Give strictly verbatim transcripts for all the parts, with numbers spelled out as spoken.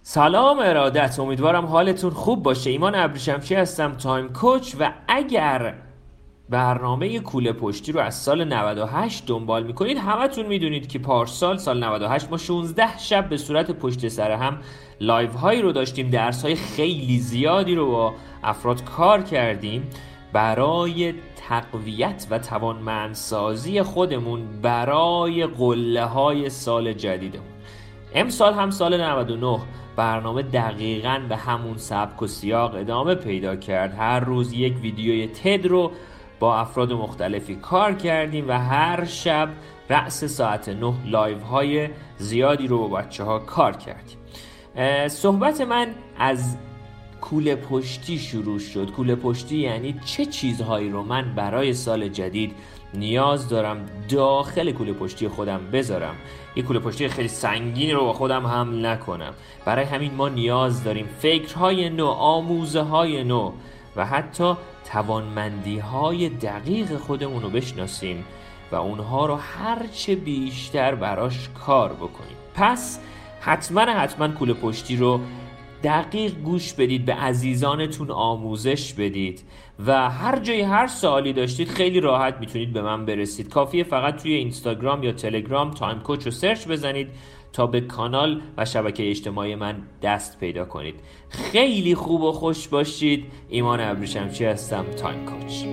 سلام ارادت، امیدوارم حالتون خوب باشه. ایمان ابریشمچی هستم، تایم کوچ. و اگر برنامه کوله پشتی رو از سال نود و هشت دنبال میکنید، همتون میدونید که پارسال سال نود و هشت ما شانزده شب به صورت پشت سر هم لایو هایی رو داشتیم، درس های خیلی زیادی رو با افراد کار کردیم برای تقویت و توانمندسازی خودمون برای قله های سال جدیدمون. امسال هم سال نود و نه برنامه دقیقاً به همون سبک و سیاق ادامه پیدا کرد. هر روز یک ویدیوی تد رو با افراد مختلفی کار کردیم و هر شب رأس ساعت نه لایو های زیادی رو با بچه ها کار کردیم. صحبت من از کوله پشتی شروع شد. کوله پشتی یعنی چه چیزهایی رو من برای سال جدید نیاز دارم داخل کوله پشتی خودم بذارم، یه کوله پشتی خیلی سنگین رو با خودم حمل نکنم. برای همین ما نیاز داریم فکرهای نو، آموزه های نو و حتی توانمندی های دقیق خودمون رو بشناسیم و اونها رو هرچه بیشتر براش کار بکنیم. پس حتما حتما کوله پشتی رو دقیق گوش بدید، به عزیزانتون آموزش بدید و هر جایی هر سوالی داشتید خیلی راحت میتونید به من برسید. کافیه فقط توی اینستاگرام یا تلگرام تایم کوچ رو سرچ بزنید تا به کانال و شبکه اجتماعی من دست پیدا کنید. خیلی خوب و خوش باشید. ایمان ابریشمچی هستم، تایم کوچ.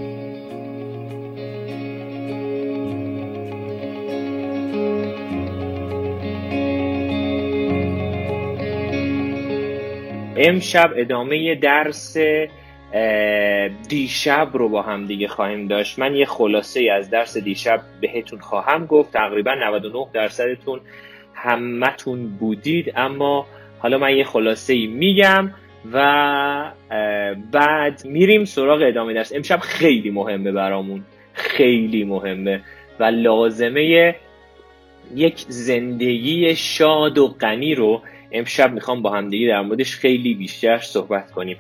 امشب ادامه درس دیشب رو با هم دیگه خواهیم داشت. من یه خلاصه ای از درس دیشب بهتون خواهم گفت. تقریبا نود و نه درصدتون همتون بودید، اما حالا من یه خلاصه ای میگم و بعد میریم سراغ ادامه درس. امشب خیلی مهمه برامون، خیلی مهمه و لازمه یک زندگی شاد و غنی رو امشب میخوام با همدیگه در موردش خیلی بیشتر صحبت کنیم.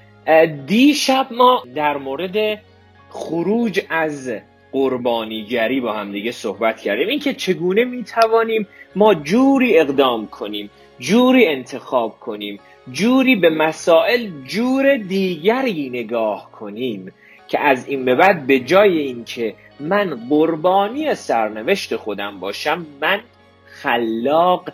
دیشب ما در مورد خروج از قربانیگری با همدیگه صحبت کردیم، اینکه چگونه میتوانیم ما جوری اقدام کنیم، جوری انتخاب کنیم، جوری به مسائل جور دیگری نگاه کنیم که از این به بعد به جای اینکه من قربانی سرنوشت خودم باشم، من خلاق،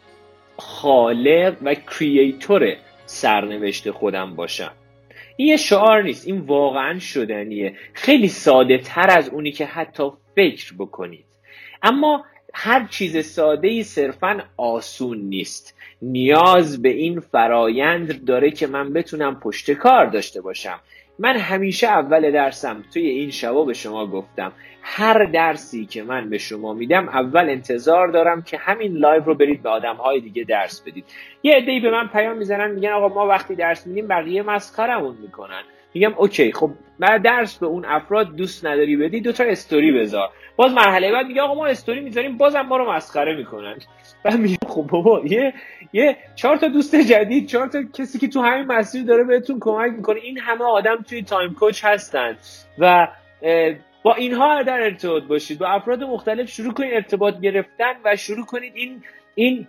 خالق و کریئتور سرنوشت خودم باشم. این یه شعار نیست، این واقعا شدنیه. خیلی ساده تر از اونی که حتی فکر بکنید، اما هر چیز ساده‌ای صرفاً آسون نیست. نیاز به این فرایند داره که من بتونم پشت کار داشته باشم. من همیشه اول درسم توی این شبا به شما گفتم هر درسی که من به شما میدم اول انتظار دارم که همین لایو رو برید به آدم‌های دیگه درس بدید. یه عده‌ای به من پیام میزنن میگن آقا ما وقتی درس میدیم بقیه مسخرمون میکنن. میگم اوکی، خب بعد درس به اون افراد دوست نداری بدی، دو تا استوری بذار. باز مرحله بعد میگه آقا ما استوری میذاریم بازم ما رو مسخره میکنن. بعد میگم خب بابا یه یه چهار تا دوست جدید، چهار تا کسی که تو همین مسیر داره بهتون کمک میکنه، این همه آدم توی تایم کوچ هستن و با اینها در ارتباط باشید. با افراد مختلف شروع کنید ارتباط گرفتن و شروع کنید این این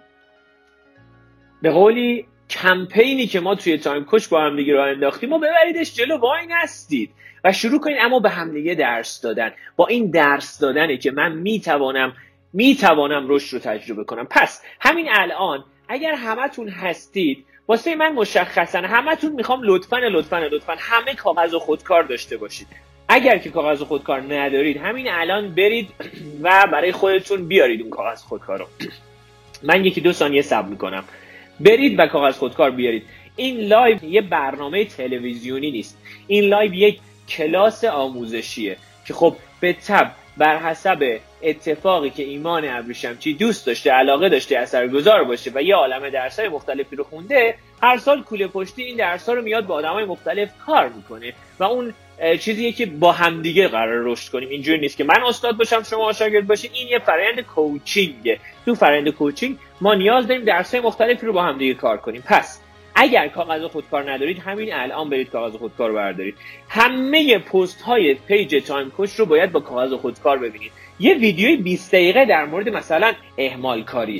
به قولی کمپینی که ما توی تایم کوچ با هم دیگه راه انداختیم و ببریدش جلو. وای نستید و شروع کنید اما به هم دیگه درس دادن. با این درس دادنه که من میتوانم میتوانم رشد رو تجربه کنم. پس همین الان اگر همتون هستید، واسه من مشخصا همتون میخوام لطفاً لطفاً لطفاً همه کاغذ و خودکار داشته باشید. اگر که کاغذ و خودکار ندارید همین الان برید و برای خودتون بیارید اون کاغذ خودکار رو. من یکی دو ثانیه صبر میکنم. برید و کاغذ خودکار بیارید. این لایو یه برنامه تلویزیونی نیست، این لایو یک کلاس آموزشیه که خب به تبع بر حسب اتفاقی که ایمان ابریشمچی دوست داشته، علاقه داشته اثرگذار باشه و یه عالمه درس‌های مختلفی رو خونده، هر سال کوله پشتی این درس‌ها رو میاد با آدمای مختلف کار میکنه و اون چیزیه که با همدیگه قرار رشد کنیم. اینجوری نیست که من استاد باشم شما شاگرد باشین. این یه فرآیند کوچینگه. تو فرآیند کوچینگ ما نیاز داریم درس‌های مختلفی رو با همدیگه کار کنیم. پس اگر کاغذ خودکار ندارید همین الان برید کاغذ خودکار رو بردارید. همه پست های پیج تایم کوچ رو باید با کاغذ خودکار ببینید. یه ویدیوی بیست دقیقه در مورد مثلا اهمال کاری،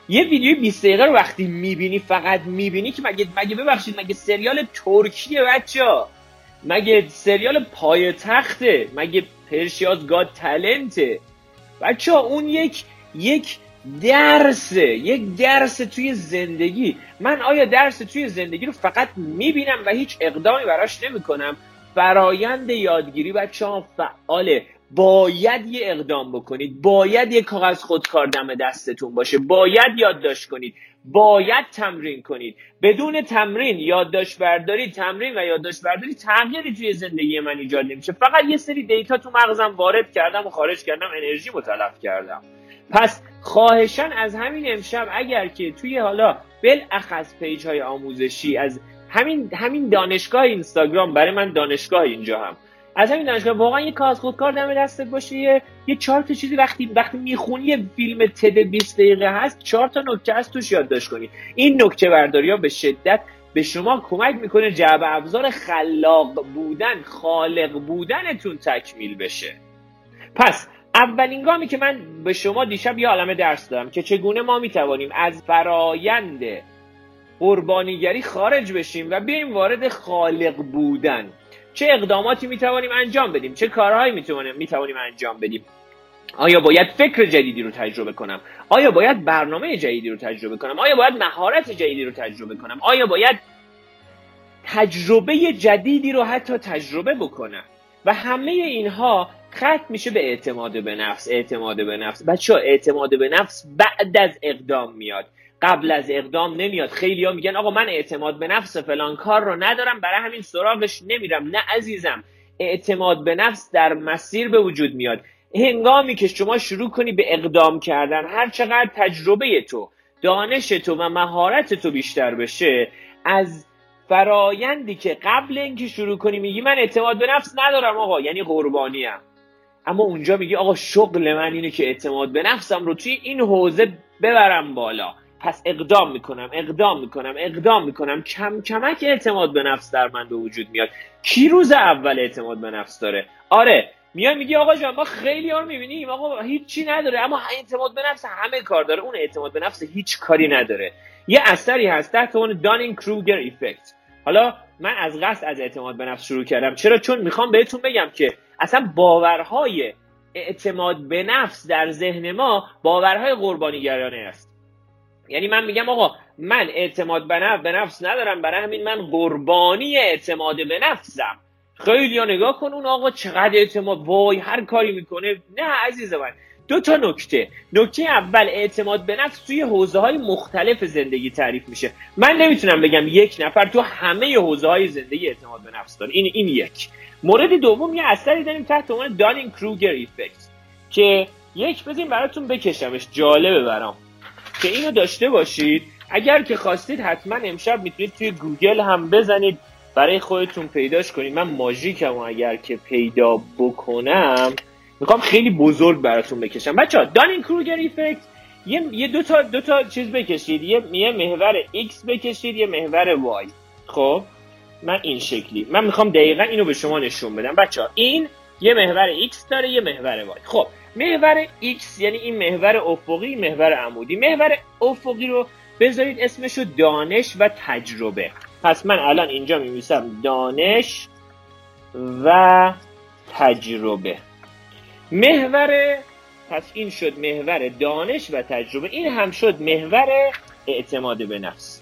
یه ویدیو بیست دقیقه رو وقتی میبینی فقط میبینی که مگه مگه ببخشید مگه سریال ترکیه بچه‌ها، مگه سریال پای تخته، مگه پرشیاز گاد تالنته بچه‌ها، اون یک یک درسه، یک درس توی زندگی. من آیا درس توی زندگی رو فقط میبینم و هیچ اقدامی براش نمیکنم؟ فرایند یادگیری بچه‌ها فعاله. باید یه اقدام بکنید، باید یه کاغذ خودکار دم دستتون باشه، باید یادداشت کنید، باید تمرین کنید. بدون تمرین، یادداشت برداری، تمرین و یادداشت برداری تغییری توی زندگی من ایجاد نمیشه. فقط یه سری دیتا تو مغزم وارد کردم و خارج کردم، انرژی متلف کردم. پس خواهشاً از همین امشب اگر که توی حالا بالاخص پیج های آموزشی از همین همین دانشگاه اینستاگرام، برای من دانشگاه اینجا هم از همین دانشگاه واقعا یه کاغذ خودکار دم دستت باشه، یه, یه چهار تا چیزی وقتی وقتی میخونی یه فیلم تد بیست دقیقه هست، چهار تا نکته از توش یادداشت کنی. این نکته برداری‌ها به شدت به شما کمک میکنه جعبه ابزار خلاق بودن، خالق بودنتون تکمیل بشه. پس اولین گامی که من به شما دیشب یه عالمه درس دادم که چگونه ما میتوانیم از فرایند قربانیگری خارج بشیم و بیایم وارد خالق بودن. چه اقداماتی میتوانیم انجام بدیم، چه کارهایی میتوانیم میتوانیم انجام بدیم. آیا باید فکر جدیدی رو تجربه کنم؟ آیا باید برنامه جدیدی رو تجربه کنم؟ آیا باید مهارت جدیدی رو تجربه کنم؟ آیا باید تجربه جدیدی رو حتی تجربه بکنم؟ و همه اینها ختم میشه به اعتماد به نفس. اعتماد به نفس بچه‌ها، اعتماد به نفس بعد از اقدام میاد، قبل از اقدام نمیاد. خیلی‌ها میگن آقا من اعتماد به نفس فلان کار رو ندارم، برای همین سراغش نمیرم. نه عزیزم، اعتماد به نفس در مسیر به وجود میاد. هنگامی که شما شروع کنی به اقدام کردن، هر چقدر تجربه تو، دانش تو و مهارت تو بیشتر بشه، از فرایندی که قبل اینکه شروع کنی میگی من اعتماد به نفس ندارم آقا، یعنی قربانیم، اما اونجا میگی آقا شغل من اینه که اعتماد به نفسم رو توی این حوزه ببرم بالا. پس اقدام میکنم اقدام میکنم اقدام میکنم کم کمک اعتماد به نفس در من به وجود میاد. کی روز اول اعتماد به نفس داره؟ آره، میای میگی آقا جان ما خیلی ها رو میبینیم آقا هیچی نداره، اما اعتماد به نفس همه کار داره. اون اعتماد به نفس هیچ کاری نداره. یه اثری هست تحت عنوان دانینگ کروگر افکت. حالا من از قصد از اعتماد به نفس شروع کردم. چرا؟ چون میخوام بهتون بگم که اصلا باورهای اعتماد به نفس در ذهن ما باورهای قربانیگرانه است. یعنی من میگم آقا من اعتماد به نفس ندارم، برای همین من قربانی اعتماد به نفسم. خیلی ها نگاه کن اون آقا چقدر اعتماد، وای هر کاری میکنه. نه عزیز من، دو تا نکته. نکته اول، اعتماد به نفس توی حوزه های مختلف زندگی تعریف میشه. من نمیتونم بگم یک نفر تو همه حوزه های زندگی اعتماد به نفس داره. این این یک. مورد دوم، یه اثری داریم تحت عنوان دانینگ کروگر افکت که یک بزنین براتون بکشمش، جالبه برام که اینو داشته باشید. اگر که خواستید حتما امشب میتونید توی گوگل هم بزنید برای خودتون پیداش کنید. من ماژیکم اگر که پیدا بکنم میخوام خیلی بزرگ براتون بکشم. بچه‌ها دانینگ کروگر افکت یه یه دو تا دو تا چیز بکشید، یه یه محور X بکشید، یه محور Y. خب من این شکلی من میخوام دقیقاً اینو به شما نشون بدم. بچه‌ها این یه محور X داره، یه محور Y. خب محور X یعنی این محور افقی، محور عمودی. محور افقی رو بذارید اسمشو دانش و تجربه. پس من الان اینجا می‌نویسم دانش و تجربه. محور پس این شد محور دانش و تجربه، این هم شد محور اعتماد به نفس.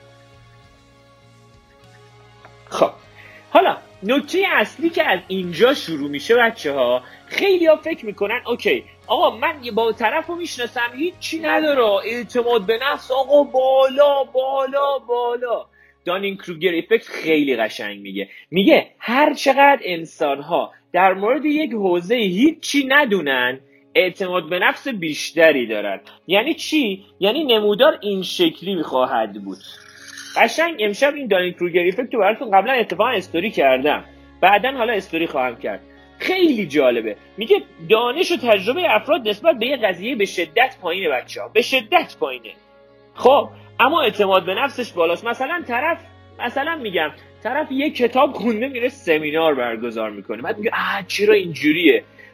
خب حالا نکته اصلی که از اینجا شروع میشه بچه‌ها، خیلی ها فکر میکنن اوکی آقا من با طرف رو میشناسم هیچی نداره، اعتماد به نفس آقا بالا بالا بالا. دانینگ کروگر افکت خیلی قشنگ میگه میگه هر چقدر انسان ها در مورد یک حوزه هیچی ندونن، اعتماد به نفس بیشتری دارن. یعنی چی؟ یعنی نمودار این شکلی خواهد بود. قشنگ امشب این دانینگ کروگر افکت رو براتون قبلا اتفاقا استوری کردم، بعدن حالا استوری خواهم کرد. خیلی جالبه. میگه دانش و تجربه افراد نسبت به یه قضیه به شدت پایینه بچه‌ها، به شدت پایینه. خب اما اعتماد به نفسش بالاست. مثلا طرف مثلا میگم طرف یه کتاب خونده میره سمینار برگزار میکنه، بعد میگه آ چرا اینجوریه؟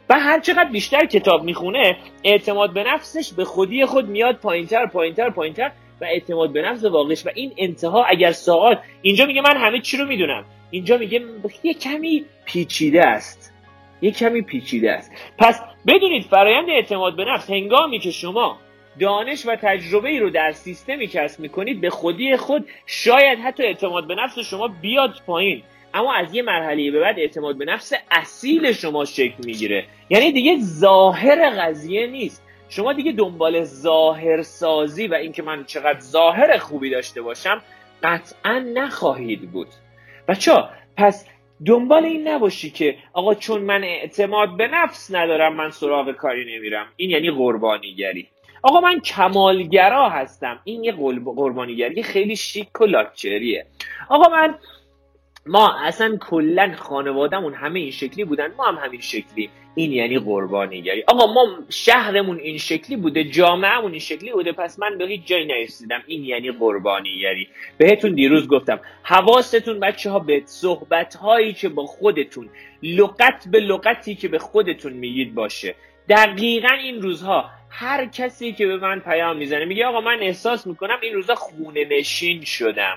و هر چقدر بیشتر کتاب میخونه اعتماد به نفسش به خودی خود میاد پایینتر پایینتر پایینتر و اعتماد به نفس واقعش و این انتها اگر سوال اینجا میگه من همه چی رو میدونم، اینجا میگه یه کمی پیچیده است، یه کمی پیچیده است. پس بدونید فرایند اعتماد به نفس هنگامی که شما دانش و تجربه ای رو در سیستمی کسب میکنید به خودی خود شاید حتی اعتماد به نفس شما بیاد پایین، اما از یه مرحله به بعد اعتماد به نفس اصیل شما شکل میگیره. یعنی دیگه ظاهر قضیه نیست، شما دیگه دنبال ظاهر سازی و اینکه من چقدر ظاهر خوبی داشته باشم قطعا نخواهید بود. بچه‌ها پس دنبال این نباشی که آقا چون من اعتماد به نفس ندارم من سراغ کاری نمیرم، این یعنی قربانیگری. آقا من کمالگرا هستم، این یه قربانیگری خیلی شیک و لاکچریه. آقا من ما اصلا کلن خانوادهمون همه این شکلی بودن، ما هم همین شکلی، این یعنی قربانیگری. آقا ما شهرمون این شکلی بوده، جامعهمون این شکلی بوده، پس من به هیچ جایی نرسیدم، این یعنی قربانیگری. بهتون دیروز گفتم حواستون بچه ها به صحبت هایی که با خودتون، لغت به لغتی که به خودتون میگید باشه. دقیقاً این روزها هر کسی که به من پیام میزنه میگه آقا من احساس میکنم این روزها خونه نشین شدم،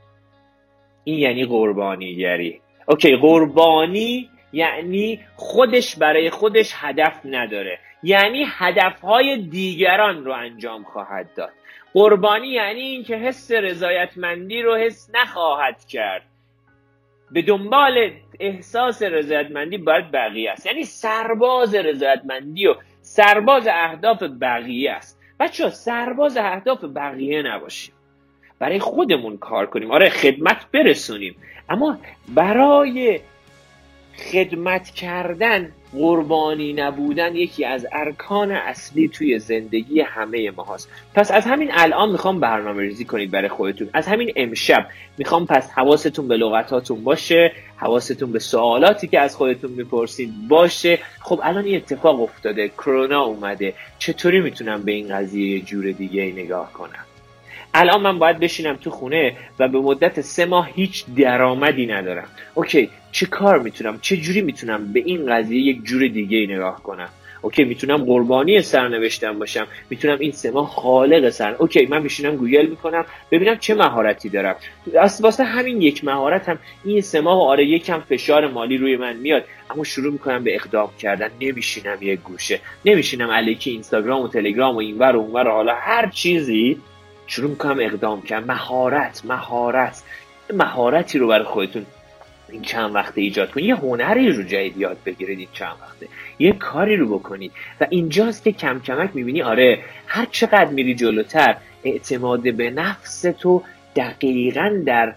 این یعنی قربانیگری. اوکی، قربانی یعنی خودش برای خودش هدف نداره، یعنی هدفهای دیگران رو انجام خواهد داد. قربانی یعنی این که حس رضایتمندی رو حس نخواهد کرد، به دنبال احساس رضایتمندی باید بقیه است، یعنی سرباز رضایتمندی و سرباز اهداف بقیه است. بچه‌ها سرباز اهداف بقیه نباشیم، برای خودمون کار کنیم. آره خدمت برسونیم، اما برای خدمت کردن قربانی نبودن یکی از ارکان اصلی توی زندگی همه ما هست. پس از همین الان میخوام برنامه ریزی کنید برای خودتون. از همین امشب میخوام پس حواستون به لغتاتون باشه، حواستون به سوالاتی که از خودتون میپرسید باشه. خب الان این اتفاق افتاده، کرونا اومده، چطوری میتونم به این قضیه یه جور دیگه نگاه کنم؟ الان من باید بشینم تو خونه و به مدت سه ماه هیچ درآمدی ندارم. اوکی، چه کار میتونم، چه جوری میتونم به این قضیه یک جور دیگه نگاه کنم؟ اوکی، میتونم قربانی سرنوشتم باشم، میتونم این سه ماه خالق سرن. اوکی، من میشینم گوگل میکنم ببینم چه مهارتی دارم. اصلا واسه همین یک مهارت هم این سه ماه آره یکم فشار مالی روی من میاد، اما شروع میکنم به اقدام کردن. نمیشینم یک گوشه، نمیشینم الکی اینستاگرام و تلگرام و اینور و اونور و حالا هر چیزی، شروع میکنم اقدام کردن. مهارت مهارت مهارتی رو برای خودتون این چند وقته ایجاد کنید، یه هنری رو جدید یاد بگیرید این چند وقته، یه کاری رو بکنید. و اینجاست که کم کمک میبینی آره هر چقدر میری جلوتر اعتماد به نفس تو دقیقاً در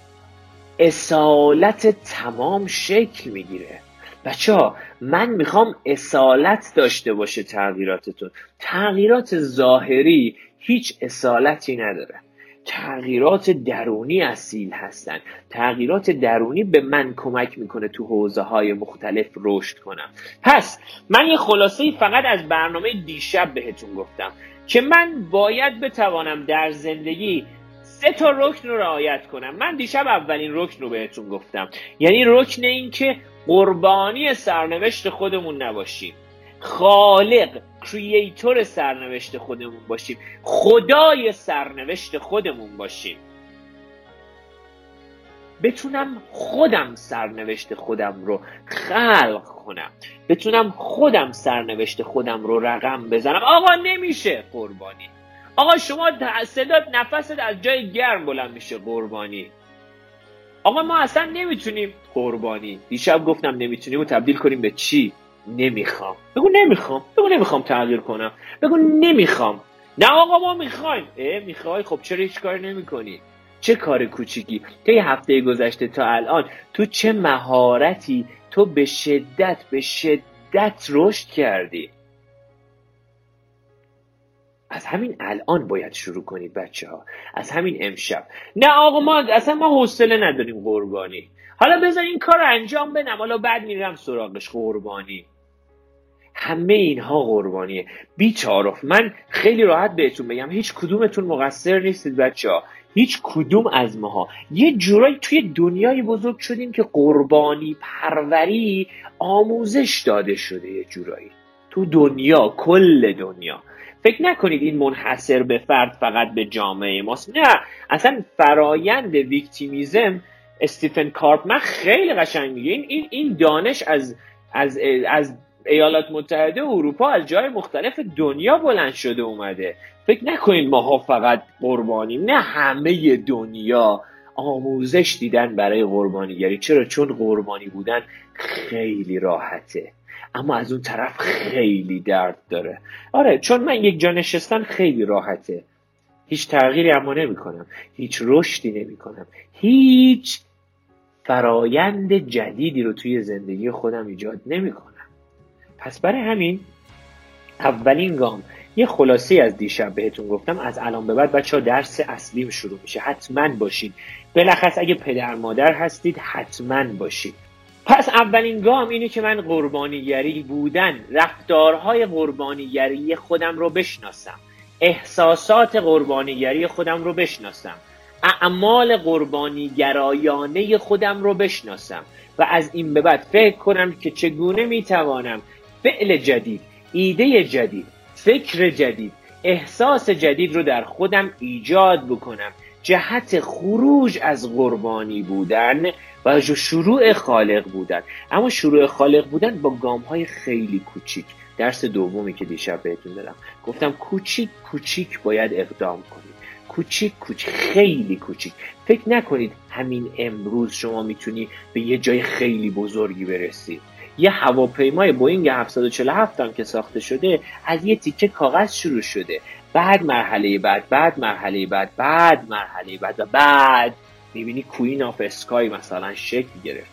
اصالت تمام شکل میگیره. بچه‌ها من میخوام اصالت داشته باشه تغییراتتون. تغییرات ظاهری هیچ اصالتی نداره، تغییرات درونی اصیل هستن. تغییرات درونی به من کمک میکنه تو حوزه های مختلف رشد کنم. پس من یه خلاصه‌ای فقط از برنامه دیشب بهتون گفتم که من باید بتوانم در زندگی سه تا رکن رو رعایت کنم. من دیشب اولین رکن رو بهتون گفتم، یعنی رکن این که قربانی سرنوشت خودمون نباشیم، خالق کریئتور سرنوشت خودمون باشیم، خدای سرنوشت خودمون باشیم. بتونم خودم سرنوشت خودم رو خلق کنم، بتونم خودم سرنوشت خودم رو رقم بزنم. آقا نمیشه قربانی. آقا شما صدات نفست از جای گرم بلند میشه قربانی. آقا ما اصلا نمیتونیم قربانی. دیشب گفتم نمیتونیم و تبدیل کنیم به چی؟ نمیخوام. بگو نمیخوام. بگو نمیخوام تغییر کنم. بگو نمیخوام. نه آقا ما میخوایم. اه میخوای؟ خب چرا هیچ کار نمیکنی؟ چه کار کوچیکی تا یه هفته گذشته تا الان تو چه مهارتی تو به شدت به شدت رشد کردی؟ از همین الان باید شروع کنید بچه ها، از همین امشب. نه آقا ما اصلا ما حوصله نداریم قربانی. حالا بذار این کار رو انجام بدم، حالا بعد میرم سراغش. قربانی، همه اینها قربانیه. بی‌تعارف. من خیلی راحت بهتون بگم هیچ کدومتون مقصر نیستید بچه ها، هیچ کدوم از ماها. یه جورایی توی دنیای بزرگ شدیم که قربانی پروری آموزش داده شده، یه جورایی تو دنیا، کل دنیا. فکر نکنید این منحصر به فرد فقط به جامعه ماست، نه، اصلا فرایند ویکتیمیزم استیفن کارپمن خیلی قشنگ میگه. این این این دانش از از از ایالات متحده اروپا، از جای مختلف دنیا بلند شده اومده. فکر نکنید ماها فقط قربانیم، نه، همه دنیا آموزش دیدن برای قربانیگری. چرا؟ چون قربانی بودن خیلی راحته، اما از اون طرف خیلی درد داره. آره، چون من یک جا نشستن خیلی راحته، هیچ تغییری اما نمی کنم، هیچ رشدی نمی کنم، هیچ فرایند جدیدی رو توی زندگی خودم ایجاد نمی کنم. پس برای همین اولین گام، یه خلاصه از دیشب بهتون گفتم، از الان به بعد بچه ها درس اصلیم شروع میشه، حتما باشید. بلخص اگه پدر مادر هستید حتما باشید. پس اولین گام اینه که من قربانیگری بودن، رفتارهای قربانیگری خودم رو بشناسم، احساسات قربانیگری خودم رو بشناسم، اعمال قربانیگرایانه خودم رو بشناسم و از این به بعد فکر کنم که چگونه میتوانم فعل جدید، ایده جدید، فکر جدید، احساس جدید رو در خودم ایجاد بکنم جهت خروج از قربانی بودن و شروع خالق بودن. اما شروع خالق بودن با گام‌های خیلی کوچیک. درس دومی که دیشب بهتون دادم گفتم کوچیک کوچیک باید اقدام کنید، کوچیک کوچیک، خیلی کوچیک. فکر نکنید همین امروز شما میتونی به یه جای خیلی بزرگی برسید. یه هواپیمای بوئینگ هفتصد و چهل و هفت هم که ساخته شده از یه تیکه کاغذ شروع شده، بعد مرحله بعد بعد مرحله بعد بعد مرحله بعد و بعد میبینی کوین آف اسکای مثلا شکل گرفته.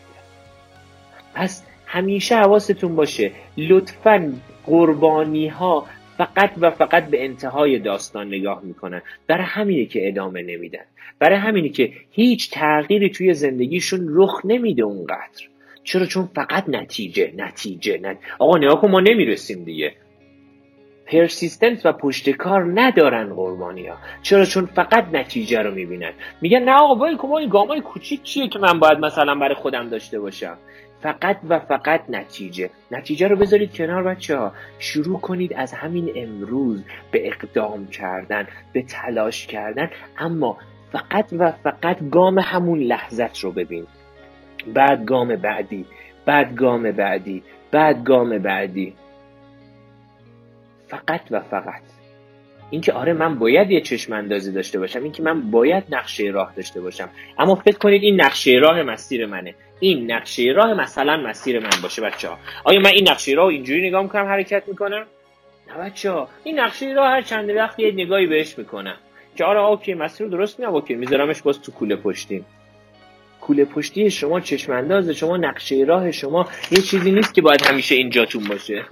پس همیشه حواستون باشه لطفاً قربانی ها فقط و فقط به انتهای داستان نگاه میکنن، برای همینه که ادامه نمیدن، برای همینه که هیچ تغییری توی زندگیشون رخ نمیده اونقدر. چرا؟ چون فقط نتیجه نتیجه نت... آقا نگاه کن ما نمیرسیم دیگه. پرسیستنس و پشتکار ندارن قربانی ها. چرا؟ چون فقط نتیجه رو میبینن. میگن نه آقا باید که ما این گامای کوچیک چیه که من باید مثلا برای خودم داشته باشم. فقط و فقط نتیجه. نتیجه رو بذارید کنار بچه ها. شروع کنید از همین امروز به اقدام کردن، به تلاش کردن، اما فقط و فقط گام همون لحظت رو ببین. بعد گام بعدی، بعد گام بعدی، بعد گام بعدی. فقط و فقط اینکه آره من باید یه چشم اندازی داشته باشم، اینکه من باید نقشه راه داشته باشم، اما فکر کنید این نقشه راه مسیر منه، این نقشه راه مثلا مسیر من باشه بچه‌ها. آیا من این نقشه راه اینجوری نگاه میکنم حرکت میکنم؟ نه بچه‌ها، این نقشه راه هر چند وقت یه نگاهی بهش میکنم که آره اوکی مسیر رو درست میام، اوکی میذارمش باز تو کوله پشتیم. کوله پشتی شما، چشم انداز شما، نقشه راه شما یه چیزی نیست که باید همیشه اینجاتون باشه.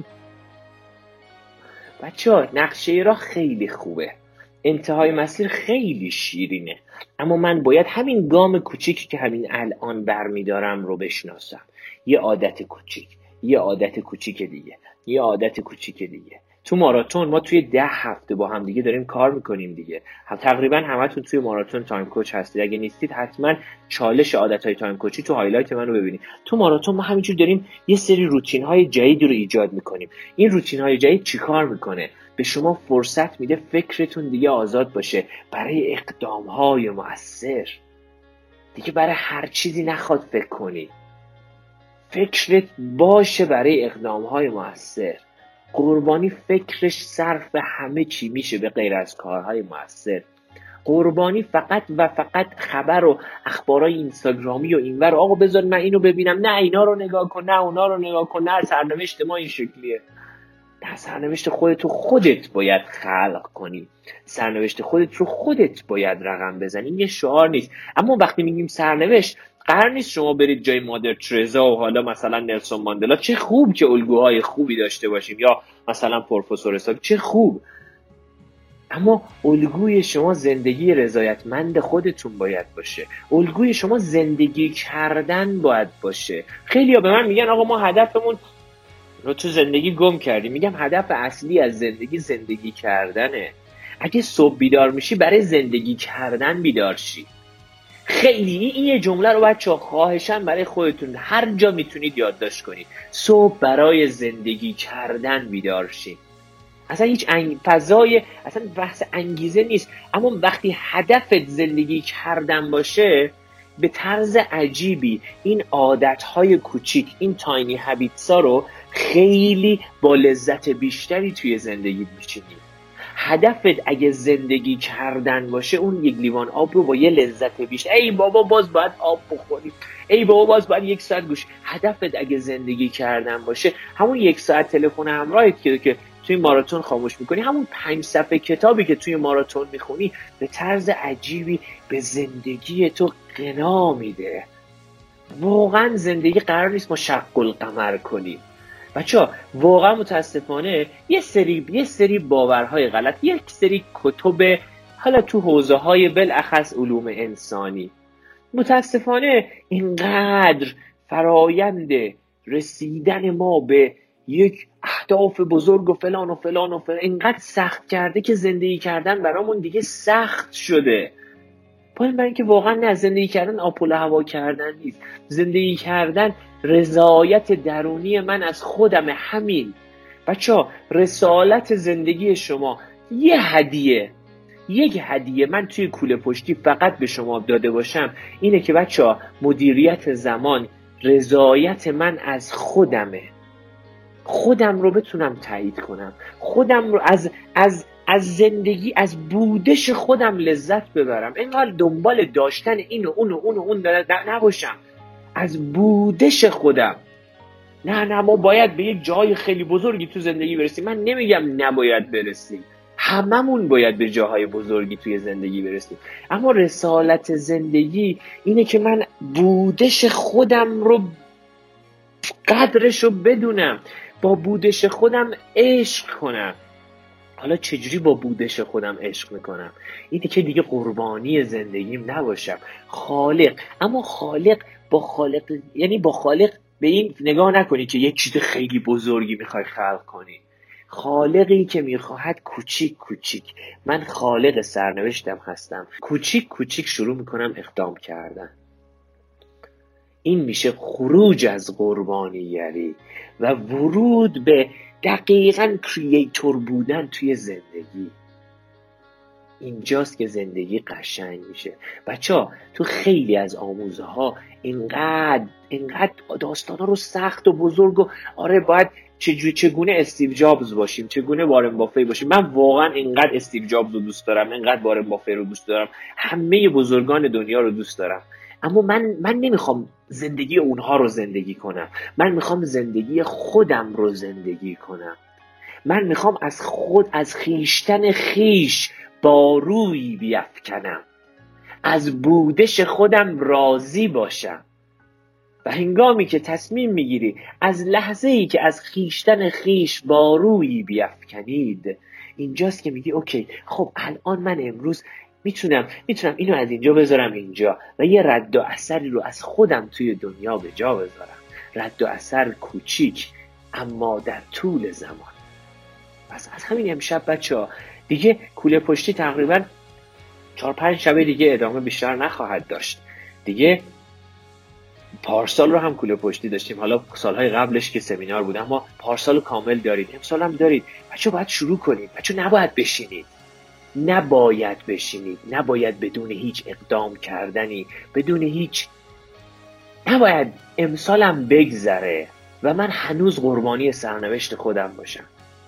بچه‌ها نقشه راه خیلی خوبه، انتهای مسیر خیلی شیرینه، اما من باید همین گام کوچیکی که همین الان برمیدارم رو بشناسم. یه عادت کوچیک، یه عادت کوچیک دیگه، یه عادت کوچیک دیگه. تو ماراتون ما توی ده هفته با هم دیگه داریم کار میکنیم دیگه. هم تقریبا همتون توی ماراتون تایم کوچ هستید. اگه نیستید حتما چالش عادتهای تایم کوچی تو هایلایت منو ببینید. تو ماراتون ما همینجور داریم یه سری روتین های جدید رو ایجاد میکنیم. این روتین های جدید چیکار میکنه؟ به شما فرصت میده فکرتون دیگه آزاد باشه برای اقدام های مؤثر. دیگه برای هر چیزی نخواد فکر کنی، فکرت باشه برای اقدام های مؤثر. قربانی فکرش صرف همه چی میشه به غیر از کارهای مؤثر. قربانی فقط و فقط خبر و اخبارای اینستاگرامی و اینور، آقا بذار من اینو ببینم، نه اینا رو نگاه کن، نه اونا رو نگاه کن، نه سرنوشت ما این شکلیه. نه، سرنوشت خودت رو خودت باید خلق کنی، سرنوشت خودت رو خودت باید رقم بزنی. یه شعار نیست. اما وقتی میگیم سرنوشت، قرار نیست شما برید جای مادر ترزا و حالا مثلا نلسون ماندلا. چه خوب که الگوهای خوبی داشته باشیم، یا مثلا پروفسور حسابی، چه خوب، اما الگوی شما زندگی رضایتمند خودتون باید باشه. الگوی شما زندگی کردن باید باشه. خیلی‌ها به من میگن آقا ما هدفمون رو تو زندگی گم کردیم. میگم هدف اصلی از زندگی زندگی کردنه. اگه صبح بیدار میشی برای زندگی کردن بیدار شی. خیلی این یه جمله رو بچه‌ها خواهشاً برای خودتون هر جا میتونید یادداشت کنید. صبح برای زندگی کردن بیدار شی. اصلا هیچ انگ... فضای اصلا بحث انگیزه نیست، اما وقتی هدفت زندگی کردن باشه به طرز عجیبی این عادتهای کوچیک، این تاینی هابیتس ها رو خیلی با لذت بیشتری توی زندگی میچینی. هدفت اگه زندگی کردن باشه اون یک لیوان آب رو با یه لذت بیشتر، ای بابا باز باید آب بخوریم، ای بابا باز باید یک ساعت گوش. هدفت اگه زندگی کردن باشه همون یک ساعت تلفن همراهت که که توی ماراتون خاموش میکنی، همون پنج صفحه کتابی که توی ماراتون میخونی به طرز عجیبی به زندگی تو غنا میده. واقعا زندگی قرار نیست ما شق القمر کنیم. بچه‌ها واقعا متاسفانه یه سری یه سری باورهای غلط، یک سری کتب حالا تو حوزه‌های بالاخص علوم انسانی متاسفانه اینقدر فرایند رسیدن ما به یک اهداف بزرگ و فلان و فلان و فلان اینقدر سخت کرده که زندگی کردن برامون دیگه سخت شده. پایین برای اینکه واقعا نه، زندگی کردن آب و هوا کردن نیست. زندگی کردن رضایت درونی من از خودم. همین بچه‌ها رسالت زندگی شما یه هدیه، یک هدیه من توی کوله پشتی فقط به شما داده باشم اینه که بچه‌ها مدیریت زمان رضایت من از خودمه. خودم رو بتونم تایید کنم، خودم رو از از از زندگی، از بودش خودم لذت ببرم. اینقدر دنبال داشتن اینو اونو اونو اون نباشم، از بودش خودم. نه نه ما باید به یک جای خیلی بزرگی تو زندگی برسیم. من نمیگم نباید برسیم، هممون باید به جاهای بزرگی توی زندگی برسیم، اما رسالت زندگی اینه که من بودش خودم رو قدرش رو بدونم، با بودش خودم عشق کنم. حالا چجوری با بودش خودم عشق میکنم؟ اینه که دیگه قربانی زندگیم نباشم، خالق. اما خالق با خالق یعنی با خالق به این نگاه نکنی که یک چیز خیلی بزرگی میخوای خلق کنی. خالقی که میخواهد کوچیک کوچیک، من خالق سرنوشتم هستم، کوچیک کوچیک شروع میکنم اقدام کردن. این میشه خروج از قربانیگری و ورود به دقیقاً کریئتور بودن توی زندگی. اینجاست که زندگی قشنگ میشه. بچه‌ها تو خیلی از آموزه ها اینقدر اینقدر داستانا رو سخت و بزرگ و آره باید چجوری چگونه استیو جابز باشیم، چگونه وارن بافی باشیم. من واقعا اینقدر استیو جابز رو دوست دارم، اینقدر وارن بافی رو دوست دارم، همه بزرگان دنیا رو دوست دارم، اما من من نمیخوام زندگی اونها رو زندگی کنم. من میخوام زندگی خودم رو زندگی کنم. من میخوام از خود از خیشتن خیش بارویی بیفکنم، از بودش خودم راضی باشم. و هنگامی که تصمیم میگیری از لحظه‌ای که از خیشتن خیش بارویی بیفکنید، اینجاست که میگی اوکی خب الان من امروز میتونم میتونم اینو از اینجا بذارم اینجا و یه رد و اثری رو از خودم توی دنیا به جا بذارم. رد و اثر کوچیک اما در طول زمان. پس از همین امشب بچه‌ها دیگه کوله پشتی تقریبا چهار پنج شب دیگه ادامه بیشتر نخواهد داشت. دیگه پارسال رو هم کوله پشتی داشتیم، حالا سالهای قبلش که سمینار بود، اما پارسال رو کامل دارید، امسال هم دارید. بچه‌ها باید شروع کنید. بچه‌ها نباید بشینید، نباید بشینید، نباید بدون هیچ اقدام کردنی، بدون هیچ، نباید امسالم بگذره و من هنوز قربانی سرنوشت خودم باشم.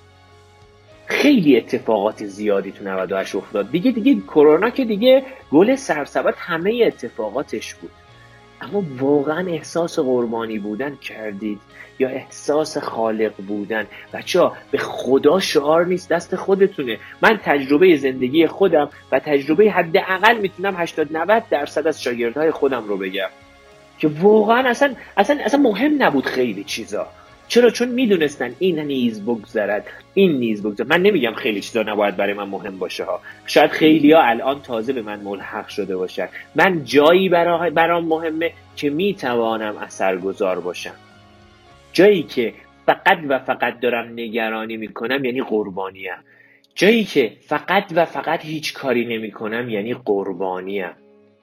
خیلی اتفاقات زیادی تو نود و هشت افتاد دیگه. دیگه کرونا که دیگه گل سرسبد همه اتفاقاتش بود، اما واقعا احساس قربانی بودن کردید یا احساس خالق بودن؟ بچه‌ها به خدا شعار نیست، دست خودتونه. من تجربه زندگی خودم و تجربه حداقل میتونم هشتاد نود درصد از شاگردهای خودم رو بگم که واقعا اصلا اصلا اصلا مهم نبود خیلی چیزا. چرا؟ چون میدونستن این نیز بگذرد، این نیز بگذرد. من نمیگم خیلی چیزا نباید برای من مهم باشه ها، شاید خیلیا الان تازه به من ملحق شده باشن. من جایی برای برام مهمه که میتوانم اثرگذار باشم. جایی که فقط و فقط دارم نگرانی میکنم یعنی قربانیم. جایی که فقط و فقط هیچ کاری نمی کنم یعنی قربانیم.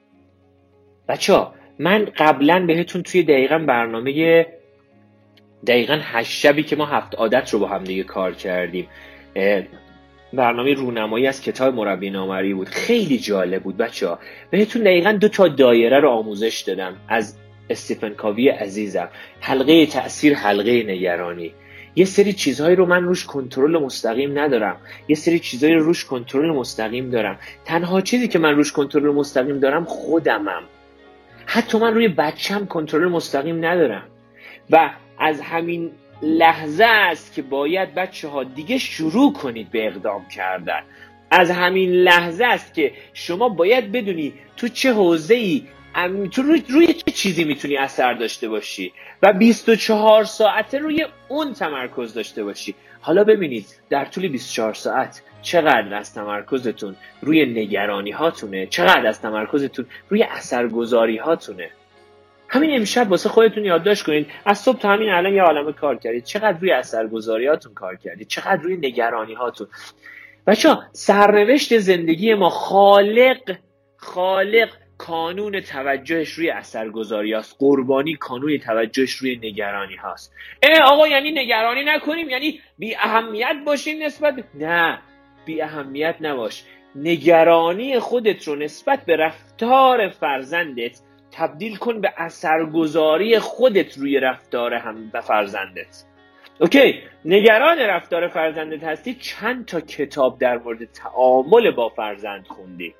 بچه‌ها من قبلا بهتون توی دقیقاً برنامه دقیقاً هشت شبی که ما هفت عادت رو با هم دیگه کار کردیم، برنامه رونمایی از کتاب مربی نامرئی بود، خیلی جالب بود بچه‌ها. بهتون دقیقاً دو تا دایره رو آموزش دادم از استیفن کاوی عزیزم. حلقه تأثیر، حلقه نگرانی. یه سری چیزهایی رو من روش کنترل مستقیم ندارم، یه سری چیزهایی رو روش کنترل مستقیم دارم. تنها چیزی که من روش کنترل مستقیم دارم خودمم. حتی من روی بچم کنترل مستقیم ندارم و از همین لحظه است که باید بچه ها دیگه شروع کنید به اقدام کردن. از همین لحظه است که شما باید بدونی تو چه حوزه‌ای، تو روی, روی چه چیزی میتونی اثر داشته باشی و بیست و چهار ساعته روی اون تمرکز داشته باشی. حالا ببینید در طول بیست و چهار ساعت چقدر از تمرکزتون روی نگرانی هاتونه، چقدر از تمرکزتون روی اثرگذاری هاتونه. همین امشب واسه خودتون یادداشت کنید، از صبح تا همین الان یه عالمه کار کردید، چقدر روی اثرگذاریاتون کار کردید، چقدر روی نگرانی هاتون. بچه‌ها سرنوشت زندگی ما، خالق خالق کانون توجهش روی اثرگذاری هاست، قربانی کانون توجهش روی نگرانی هاست. اه آقا یعنی نگرانی نکنیم، یعنی بی اهمیت باشیم نسبت؟ نه، بی اهمیت نباش. نگرانی خودت رو نسبت به رفتار فرزندت تبدیل کن به اثرگذاری خودت روی رفتار هم به فرزندت. اوکی، نگران رفتار فرزندت هستی، چند تا کتاب در مورد تعامل با فرزند خوندی؟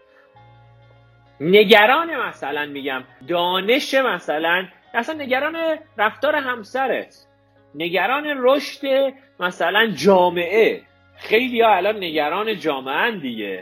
نگران مثلا میگم دانش، مثلا اصلا نگران رفتار همسرت، نگران رشد مثلا جامعه. خیلی ها الان نگران جامعه ان دیگه.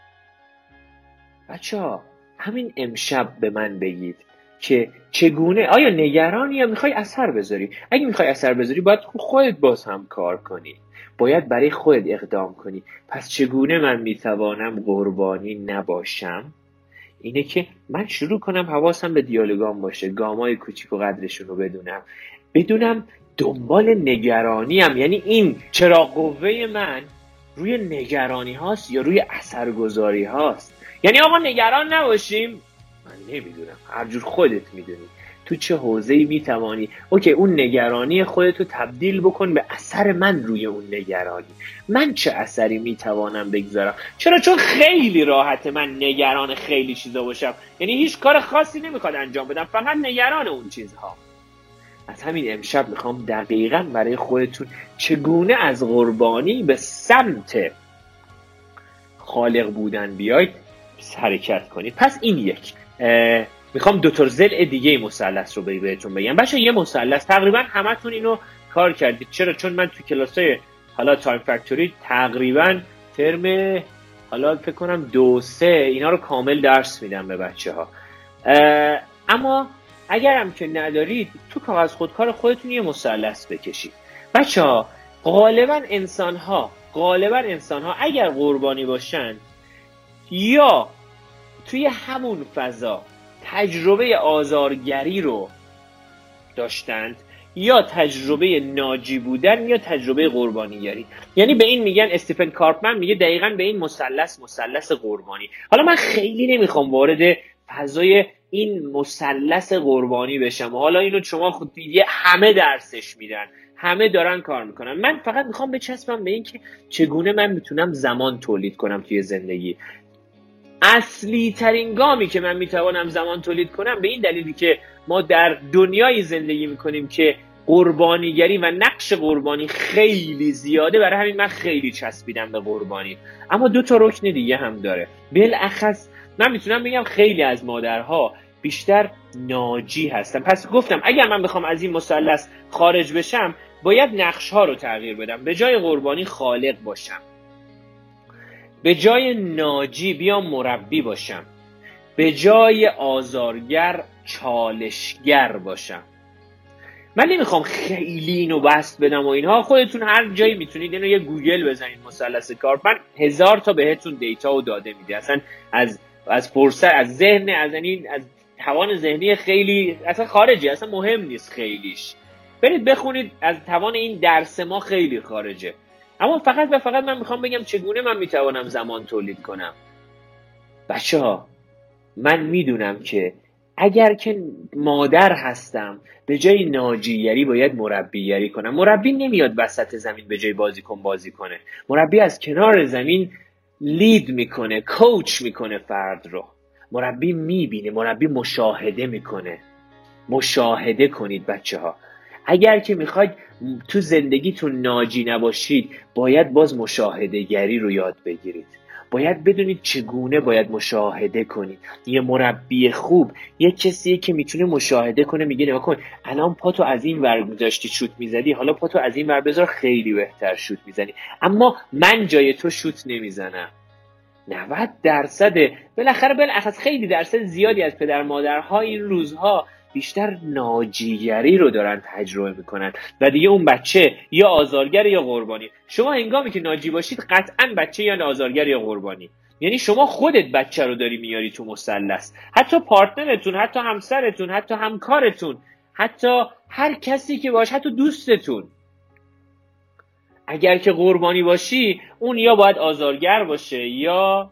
بچه ها همین امشب به من بگید که چگونه، آیا نگرانی یا میخوای اثر بذاری؟ اگه میخوای اثر بذاری باید خودت باز هم کار کنی، باید برای خودت اقدام کنی. پس چگونه من میتوانم قربانی نباشم؟ اینه که من شروع کنم حواسم به دیالوگام باشه، گامای کوچیک و قدرشون رو بدونم، بدونم دنبال نگرانیم، یعنی این چراغ قوه من روی نگرانی هاست یا روی اثرگذاری هاست. یعنی آقا نگران نباشیم؟ من نمیدونم، هر جور خودت میدونی تو چه حوزه‌ای میتوانی اوکی اون نگرانی خودت رو تبدیل بکن به اثر من روی اون نگرانی. من چه اثری میتوانم بگذارم؟ چرا؟ چون خیلی راحته من نگران خیلی چیزا باشم، یعنی هیچ کار خاصی نمیخواد انجام بدم، فقط نگران اون چیزها. از همین امشب میخوام دقیقاً برای خودتون چگونه از قربانی به سمت خالق بودن بیاید حرکت کنید. پس این یک، میخوام دو تا ضلع دیگه مثلث رو بهتون بگم. بچه یه مثلث تقریبا همتون اینو کار کردید. چرا؟ چون من تو کلاسای حالا تایم فکتوری تقریبا ترم حالا فکر کنم دو سه اینا رو کامل درس میدم به بچه ها. اما اگرم که ندارید تو کاغذ خودکار خودتون یه مثلث بکشید. بچه ها غالبا انسان ها غالبا انسان ها اگر قربانی باشن یا توی همون فضا تجربه آزارگری رو داشتند یا تجربه ناجی بودن یا تجربه قربانیگری. یعنی به این میگن، استیفن کارپمن میگه دقیقاً به این مثلث مثلث قربانی. حالا من خیلی نمیخوام وارد فضای این مثلث قربانی بشم، حالا اینو شما خود دیگه همه درسش میدن، همه دارن کار میکنن. من فقط میخوام بچسبم به این که چگونه من میتونم زمان تولید کنم توی زندگی. اصلی ترین گامی که من میتوانم زمان تولید کنم به این دلیلی که ما در دنیای زندگی میکنیم که قربانیگری و نقش قربانی خیلی زیاده، برای همین من خیلی چسبیدم به قربانی. اما دو تا رکن دیگه هم داره. بالاخص من میتونم بگم خیلی از مادرها بیشتر ناجی هستن. پس گفتم اگر من بخوام از این مثلث خارج بشم باید نقش ها رو تغییر بدم. به جای قربانی خالق باشم، به جای ناجی بیام مربی باشم، به جای آزارگر چالشگر باشم. من نمیخوام خیلی اینو بست بدم و اینها، خودتون هر جایی میتونید اینو یه گوگل بزنید مثلث کارپمن، هزار تا بهتون دیتا و داده میده. اصلا از از فرصت، از ذهن، از این از توان ذهنی خیلی اصلا خارجی، اصلا مهم نیست خیلیش. برید بخونید، از توان این درس ما خیلی خارجه. اما فقط و فقط من میخوام بگم چگونه من میتوانم زمان تولید کنم. بچه ها من میدونم که اگر که مادر هستم به جای ناجیگری باید مربیگری کنم. مربی نمیاد وسط زمین به جای بازیکن بازی کنه. مربی از کنار زمین لید میکنه، کوچ میکنه فرد رو. مربی میبینه، مربی مشاهده میکنه. مشاهده کنید بچه ها. اگر که میخواید تو زندگیتون ناجی نباشید باید باز مشاهده گری رو یاد بگیرید. باید بدونید چگونه باید مشاهده کنید. یه مربی خوب یه کسیه که میتونه مشاهده کنه، میگه نگاه کن الان پاتو از این ور می‌ذاشتی شوت میزدی، حالا پاتو از این ور بذار خیلی بهتر شوت میزنی، اما من جای تو شوت نمیزنم. نود درصد بالاخره بالاخره خیلی درصد زیادی از پدر مادرها این روزها بیشتر ناجیگری رو دارن تجربه میکنن و دیگه اون بچه یا آزارگر یا قربانی. شما هنگامی که ناجی باشید قطعا بچه یا آزارگر یا قربانی. یعنی شما خودت بچه رو داری میاری تو مثلث. حتی پارتنرتون، حتی همسرتون، حتی همکارتون، حتی هر کسی که باشه، حتی دوستتون. اگر که قربانی باشی اون یا باید آزارگر باشه یا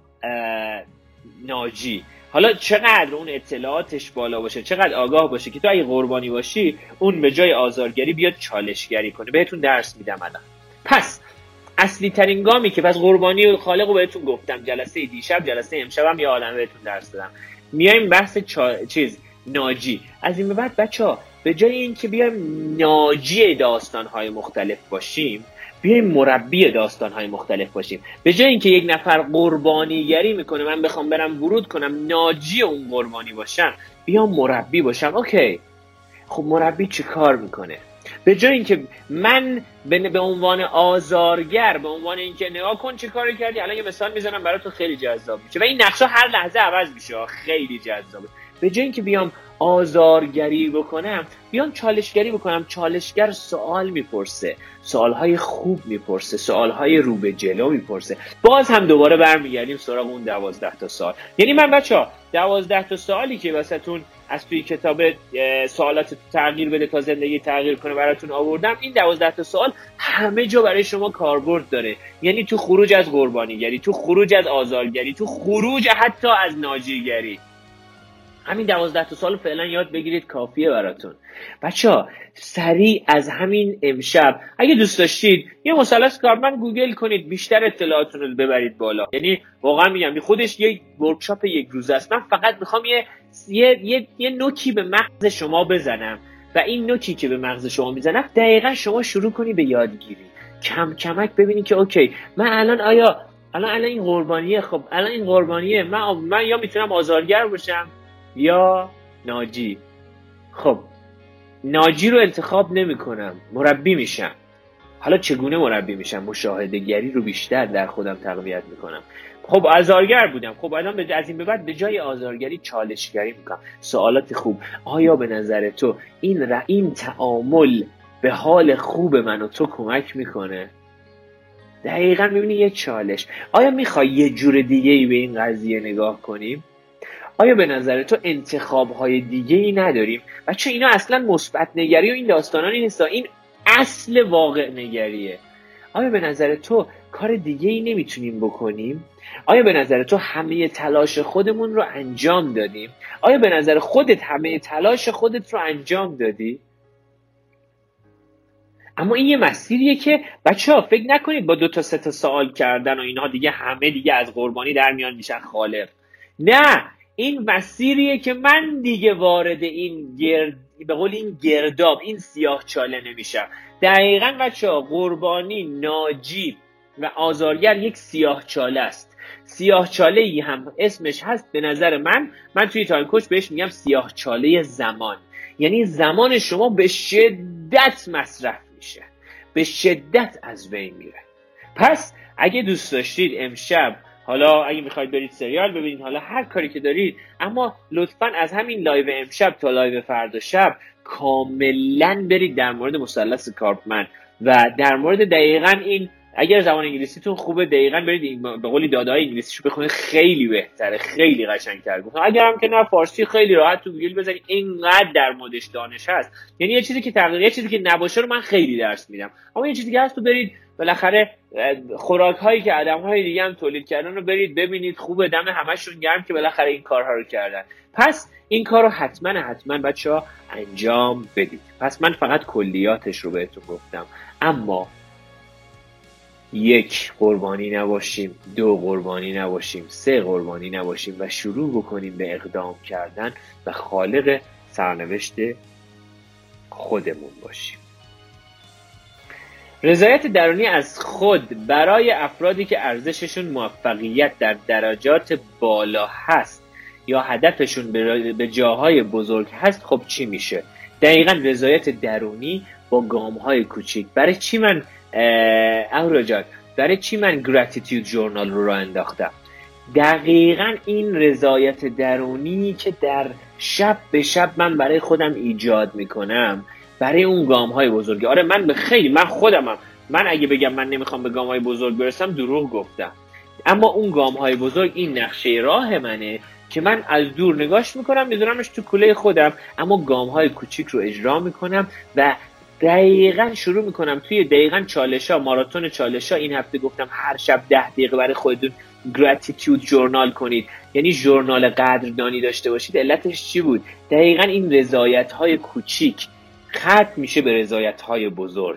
ناجی. حالا چقدر اون اطلاعاتش بالا باشه، چقدر آگاه باشه که تو اگه قربانی باشی اون به جای آزارگری بیاد چالشگری کنه. بهتون درس میدم الان. پس اصلی ترین گامی که پس قربانی و خالق رو بهتون گفتم، جلسه دیشب، جلسه امشبم یه عالمه بهتون درس دادم. میایم بحث چا... چیز ناجی. از این به بعد بچه‌ها به جای اینکه بیایم ناجی داستان‌های مختلف باشیم، بیایم مربی داستان‌های مختلف باشیم. به جای اینکه یک نفر قربانیگری میکنه من بخوام برم ورود کنم ناجی اون قربانی باشم، بیام مربی باشم. اوکی خب مربی چی کار میکنه؟ به جای اینکه من به عنوان آزارگر، به عنوان اینکه نگاه کن چه کاری کردی، الان یه مثال میزنم براتون خیلی جذاب میشه و این نقشا هر لحظه عوض میشه، خیلی جذابه. به جای اینکه بیام آزارگری بکنم بیام چالشگری بکنم. چالشگر سوال میپرسه، سوالهای خوب میپرسه، سوالهای رو به جلو میپرسه. باز هم دوباره برمیگردیم سراغ اون دوازده تا سوال. یعنی من بچه‌ها دوازده تا سوالی که واسهتون از توی کتاب سوالات تغییر بده تا زندگی تغییر کنه براتون آوردم، این دوازده تا سوال همه جا برای شما کاربرد داره. یعنی تو خروج از قربانیگری، تو خروج از آزارگری، تو خروج حتی از ناجیگری. همین دوازده تا سال فعلا یاد بگیرید کافیه براتون. بچه‌ها سریع از همین امشب اگه دوست داشتید یه مثلث کارمند گوگل کنید، بیشتر اطلاعاتتون رو ببرید بالا. یعنی واقعا میگم خودش یک ورکشاپ یک روزه است. من فقط میخوام یه یه یه, یه نوکی به مغز شما بزنم و این نوکی که به مغز شما میزنم دقیقاً شما شروع کنی به یادگیری. کم کمک ببینید که اوکی من الان آیا الان الان این قربانیه، خب الان این قربانیه من من یا میتونم آزارگر باشم یا ناجی. خب ناجی رو انتخاب نمی کنم، مربی میشم. حالا چگونه مربی میشم؟ مشاهده گری رو بیشتر در خودم تقویت میکنم. خب آزارگر بودم، خب الان از این به بعد به جای آزارگری چالشگری میکنم. سوالات خوب. آیا به نظر تو این ر... این تعامل به حال خوب من و تو کمک میکنه؟ دقیقاً میبینی یه چالش. آیا میخوای یه جور دیگه‌ای به این قضیه نگاه کنیم؟ آیا به نظر تو انتخاب‌های دیگه‌ای نداریم؟ بچه اینا اصلا مثبت نگری و این داستانا نیست، این اصل واقع نگریه. آیا به نظر تو کار دیگه‌ای نمیتونیم بکنیم؟ آیا به نظر تو همه تلاش خودمون رو انجام دادیم؟ آیا به نظر خودت همه تلاش خودت رو انجام دادی؟ اما این یه مسیریه که بچه‌ها فکر نکنید با دو تا سه تا سوال کردن و اینها دیگه همه دیگه از قربانی در میان میشن خالق. نه، این مسیریه که من دیگه وارد این گرد به قول این گرداب، این سیاه چاله نمیشم. دقیقاً بچه‌ها قربانی، ناجی و آزارگر یک سیاه چاله است. سیاه چاله ای هم اسمش هست به نظر من، من توی تایم کوچ بهش میگم سیاه چاله زمان. یعنی زمان شما به شدت مصرف میشه، به شدت از بین میره. پس اگه دوست داشتید امشب، حالا اگه میخواید برید سریال ببینید، حالا هر کاری که دارید، اما لطفاً از همین لایو امشب تا لایو فردا شب کاملاً برید در مورد مثلث کارپمن و در مورد دقیقاً این اگر زبان انگلیسیتون خوبه دقیقاً برید به قولی داده‌های انگلیسیشو بخونید، خیلی بهتره، خیلی قشنگ‌تر گفتم. اگر هم که نه فارسی خیلی راحت تو گوگل بزنید اینقدر در موردش دانش هست، یعنی یه چیزی که تقریبا یه چیزی که نباشه رو من خیلی درس میدم، اما یه چیزی دیگه هست تو برید بالاخره خوراک‌هایی که آدم‌های دیگه هم تولید کردن رو برید ببینید، خوبه، دم همشون گرم که بالاخره این کارها رو کردن. پس این کارو حتما حتما بچه‌ها انجام بدید. پس من فقط کلیاتش رو بهتون گفتم، اما یک قربانی نباشیم، دو قربانی نباشیم، سه قربانی نباشیم و شروع بکنیم به اقدام کردن و خالق سرنوشت خودمون باشیم. رضایت درونی از خود برای افرادی که ارزششون موفقیت در درجات بالا هست یا هدفشون به جاهای بزرگ هست، خب چی میشه؟ دقیقاً رضایت درونی با گام‌های کوچیک. برای چی من اهورا جان برای چی من گراتیتیود جورنال رو راه انداختم؟ دقیقاً این رضایت درونی که در شب به شب من برای خودم ایجاد میکنم برای اون گام‌های بزرگی. آره من به خیلی من خودمم من اگه بگم من نمیخوام به گام‌های بزرگ برسم دروغ گفتم، اما اون گام‌های بزرگ این نقشه راه منه که من از دور نگاش میکنم، میذارمش تو کوله خودم، اما گام‌های کوچیک رو اجرا میکنم و دقیقاً شروع میکنم توی دقیقاً چالش‌ها، ماراتون چالش‌ها. این هفته گفتم هر شب ده دقیقه برای خودتون گراتیتیود جورنال کنید، یعنی ژورنال قدردانی داشته باشید. علتش چی بود؟ دقیقاً این رضایت‌های کوچیک ختم میشه به رضایت‌های بزرگ.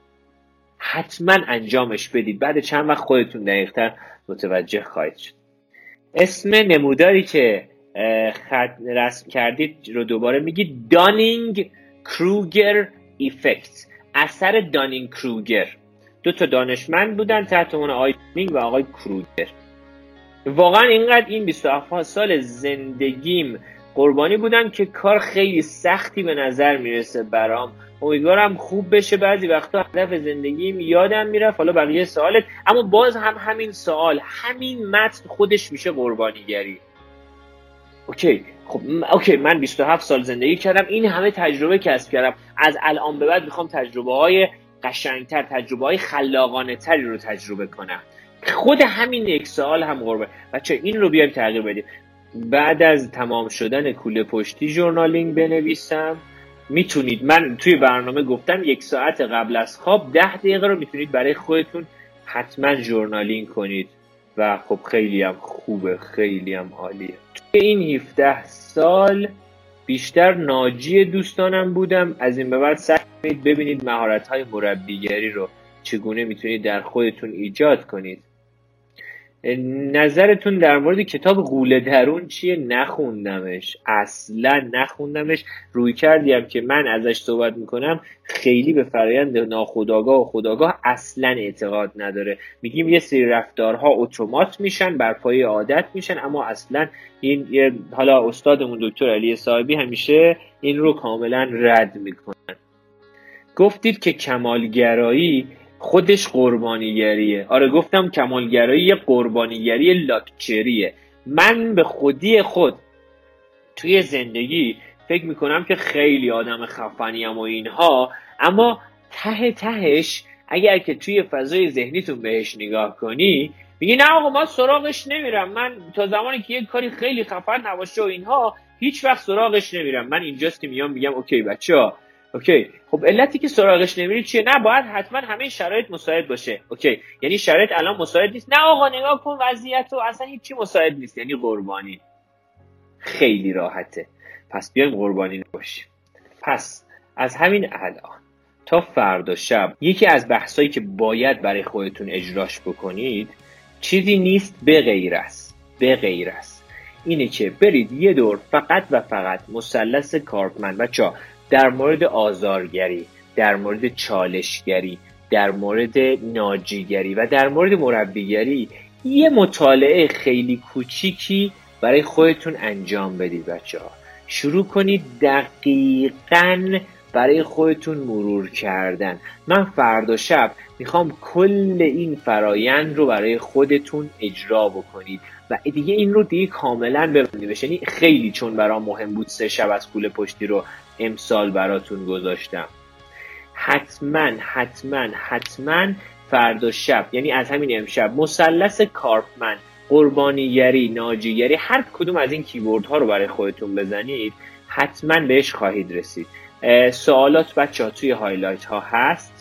حتما انجامش بدید، بعد چند وقت خودتون دقیق‌تر متوجه خواهید شد. اسم نموداری که خط رسم کردید رو دوباره میگید، دانینگ کروگر ایفکت، اثر دانینگ کروگر. دو تا دانشمند بودن تحت عنوان آقای دانینگ و آقای کروگر. واقعا اینقدر این بیست و هفت سال زندگیم قربانی بودم که کار خیلی سختی به نظر میرسه برام. امیدوارم خوب بشه. بعضی وقتا هدف زندگیم یادم میرفت، حالا بقیه سوالت، اما باز هم همین سوال، همین متن خودش میشه قربانیگری. اوکی خب اوکی من بیست و هفت سال زندگی کردم، این همه تجربه کسب کردم، از الان به بعد میخوام تجربه های قشنگتر، تجربه های خلاقانه تری رو تجربه کنم. خود همین یک سوال هم قربه. بچه این رو بیایم تغییر بدیم. بعد از تمام شدن کوله پشتی ژورنالینگ بنویسم. میتونید، من توی برنامه گفتم یک ساعت قبل از خواب ده دقیقه رو میتونید برای خودتون حتما ژورنالینگ کنید و خب خیلی هم خوبه، خیلی هم عالیه. توی این هفده سال بیشتر ناجی دوستانم بودم. از این به بعد سعی کنید ببینید مهارت‌های مربیگری رو چگونه میتونید در خودتون ایجاد کنید. نظرتون در مورد کتاب غول درون چیه؟ نخوندمش، اصلا نخوندمش. روی کردیم که من ازش صحبت میکنم خیلی به فرایند ناخودآگاه و خودآگاه اصلا اعتقاد نداره. میگیم یه سری رفتارها اتومات میشن، بر پایه عادت میشن، اما اصلا این یه، حالا استادمون دکتر علی صاحبی همیشه این رو کاملا رد میکنن. گفتید که کمالگرایی خودش قربانیگریه. آره گفتم کمالگرایی یه قربانیگری لاکچریه. من به خودی خود توی زندگی فکر میکنم که خیلی آدم خفنیم و اینها، اما ته تهش اگر که توی فضای ذهنیتون بهش نگاه کنی میگی نه آقا من سراغش نمیرم، من تا زمانی که یک کاری خیلی خفن نباشه و اینها هیچ وقت سراغش نمیرم. من اینجاست که میام میگم اوکی بچه‌ها، اوکی خب علتی که سراغش نمیری چیه؟ نه باید حتما همه شرایط مساعد باشه. اوکی یعنی شرایط الان مساعد نیست؟ نه آقا نگاه کن وضعیت و اصلا هیچی مساعد نیست، یعنی قربانی. خیلی راحته. پس بیایم قربانی نباشیم. پس از همین الان تا فردا شب یکی از بحثایی که باید برای خودتون اجراش بکنید چیزی نیست به غیر از به غیر از اینه که برید یه دور فقط و فقط مثلث کارپمن بچه‌ها در مورد آزارگری، در مورد چالشگری، در مورد ناجیگری و در مورد مربیگری یه مطالعه خیلی کوچیکی برای خودتون انجام بدید بچه‌ها. شروع کنید دقیقاً برای خودتون مرور کردن. من فردا شب میخوام کل این فرایند رو برای خودتون اجرا بکنید و دیگه این رو دیگه کاملا ببندید بشه. یعنی خیلی چون برام مهم بود سه شب از کوله پشتی رو امسال براتون گذاشتم. حتما حتما حتما فردا شب، یعنی از همین امشب، مثلث کارپمن، قربانیگری، ناجیگری، هر کدوم از این کیورد ها رو برای خودتون بزنید حتما بهش خواهید رسید. سوالات بچه ها توی هایلایت ها هست.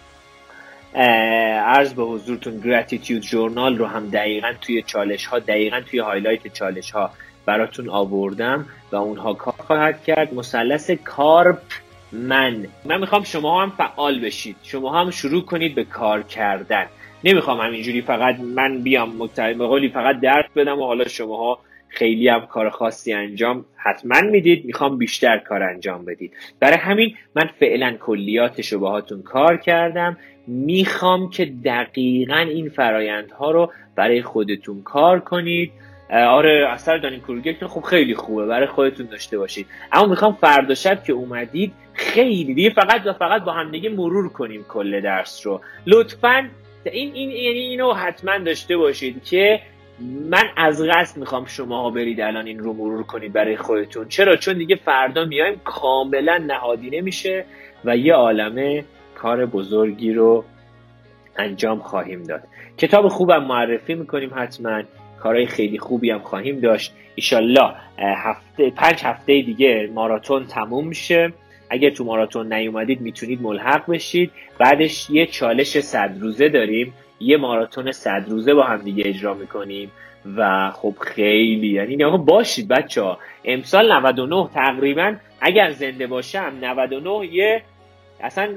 عرض به حضورتون گراتیتیود جورنال رو هم دقیقاً توی چالش ها، دقیقاً توی هایلایت چالش ها براتون آوردم و اونها کار خواهد کرد. مثلث کارپ من من میخوام شما هم فعال بشید، شما هم شروع کنید به کار کردن. نمیخوام همینجوری فقط من بیام مکتب به قولی فقط درس بدم و حالا شماها خیلی هم کار خاصی انجام حتما میدید، میخوام بیشتر کار انجام بدید. برای همین من فعلا کلیاتش رو باهاتون کار کردم، میخوام که دقیقاً این فرایندها رو برای خودتون کار کنید. آره اثر دانینگ کروگر که خب خیلی خوبه برای خودتون داشته باشید، اما میخوام فردا شب که اومدید خیلی دیگه فقط و فقط با هم دیگه مرور کنیم کل درس رو. لطفاً این این یعنی اینو حتما داشته باشید که من از قصد میخوام شماها برید الان این رو مرور کنید برای خودتون. چرا؟ چون دیگه فردا میایم کاملا نهادینه میشه و یه عالمه کار بزرگی رو انجام خواهیم داد. کتاب خوبم معرفی میکنیم حتما، کارهای خیلی خوبی هم خواهیم داشت. ایشالله هفته پنج هفته دیگه ماراتون تموم میشه. اگر تو ماراتون نیومدید میتونید ملحق بشید. بعدش یه چالش صد روزه داریم، یه ماراتون صد روزه با هم دیگه اجرا میکنیم و خب خیلی یعنی نه باشید بچه‌ها. امسال نود و نه تقریبا اگر زنده باشم نود و نه یه اصلا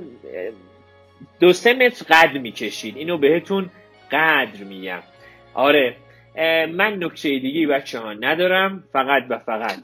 دو سه متر قدر میکشید، اینو بهتون قدر میگم. آره من نکته دیگه بچه ها ندارم، فقط و فقط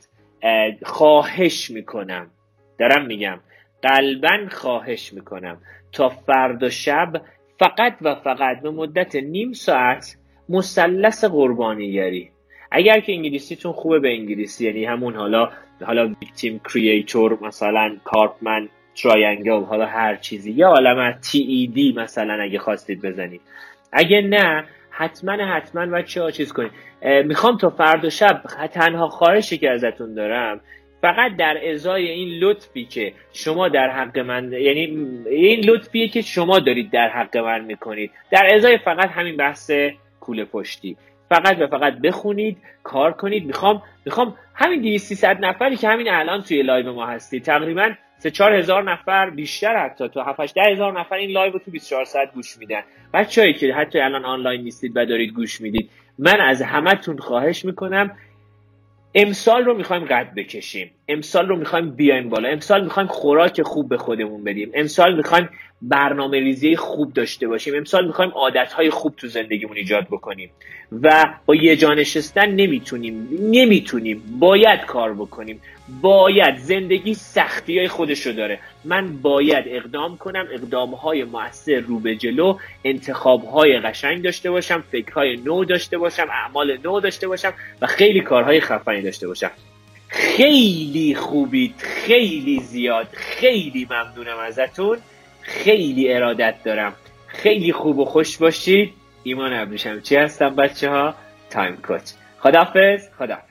خواهش میکنم، دارم میگم قلباً خواهش میکنم تا فردا شب فقط و فقط به مدت نیم ساعت مثلث قربانیگری، اگر که انگلیسیتون خوبه به انگلیسی، یعنی همون حالا حالا ویکتیم کریئتور مثلا کارپمن تراینگل، حالا هر چیزی، یا عالمه تی ای دی مثلا اگه خواستید بزنید. اگه نه حتما حتما بچه‌ها چیز کنید. میخوام تا فردا شب تنها خواهشی که ازتون دارم فقط در ازای این لطفی که شما در حق من، یعنی این لطفیه که شما دارید در حق من میکنید، در ازای فقط همین بحث کوله پشتی، فقط و فقط بخونید، کار کنید. میخوام میخوام همین دویست سیصد نفری که همین الان توی لایو ما هستید، تقریبا سه چهار هزار نفر، بیشتر حتی تو هفت هشت ده هزار نفر این لایو رو تو بیست و چهار ساعت گوش میدن. بچه‌ای که حتی الان آنلاین نیستید و دارید گوش میدید، من از همتون خواهش میکنم امسال رو میخوایم قد بکشیم، امسال رو میخوایم بیایم بالا، امسال میخوایم خوراک خوب به خودمون بدیم، امسال میخوایم برنامه ریزی خوب داشته باشیم، امسال میخوایم عادتهای خوب تو زندگیمون ایجاد بکنیم و با یه جا نشستن نمیتونیم نمیتونیم باید کار بکنیم. باید، زندگی سختیای خودش رو داره، من باید اقدام کنم، اقدامهای مؤثر رو به جلو، انتخابهای قشنگ داشته باشم، فکرهای نو داشته باشم، اعمال نو داشته باشم و خیلی کارهای خفنی داشته باشم. خیلی خوبید، خیلی زیاد، خیلی ممنونم ازتون، خیلی ارادت دارم، خیلی خوب و خوش باشید. ایمان ابریشمچی هستم بچه ها، تایم کوچ. خداحافظ. خدا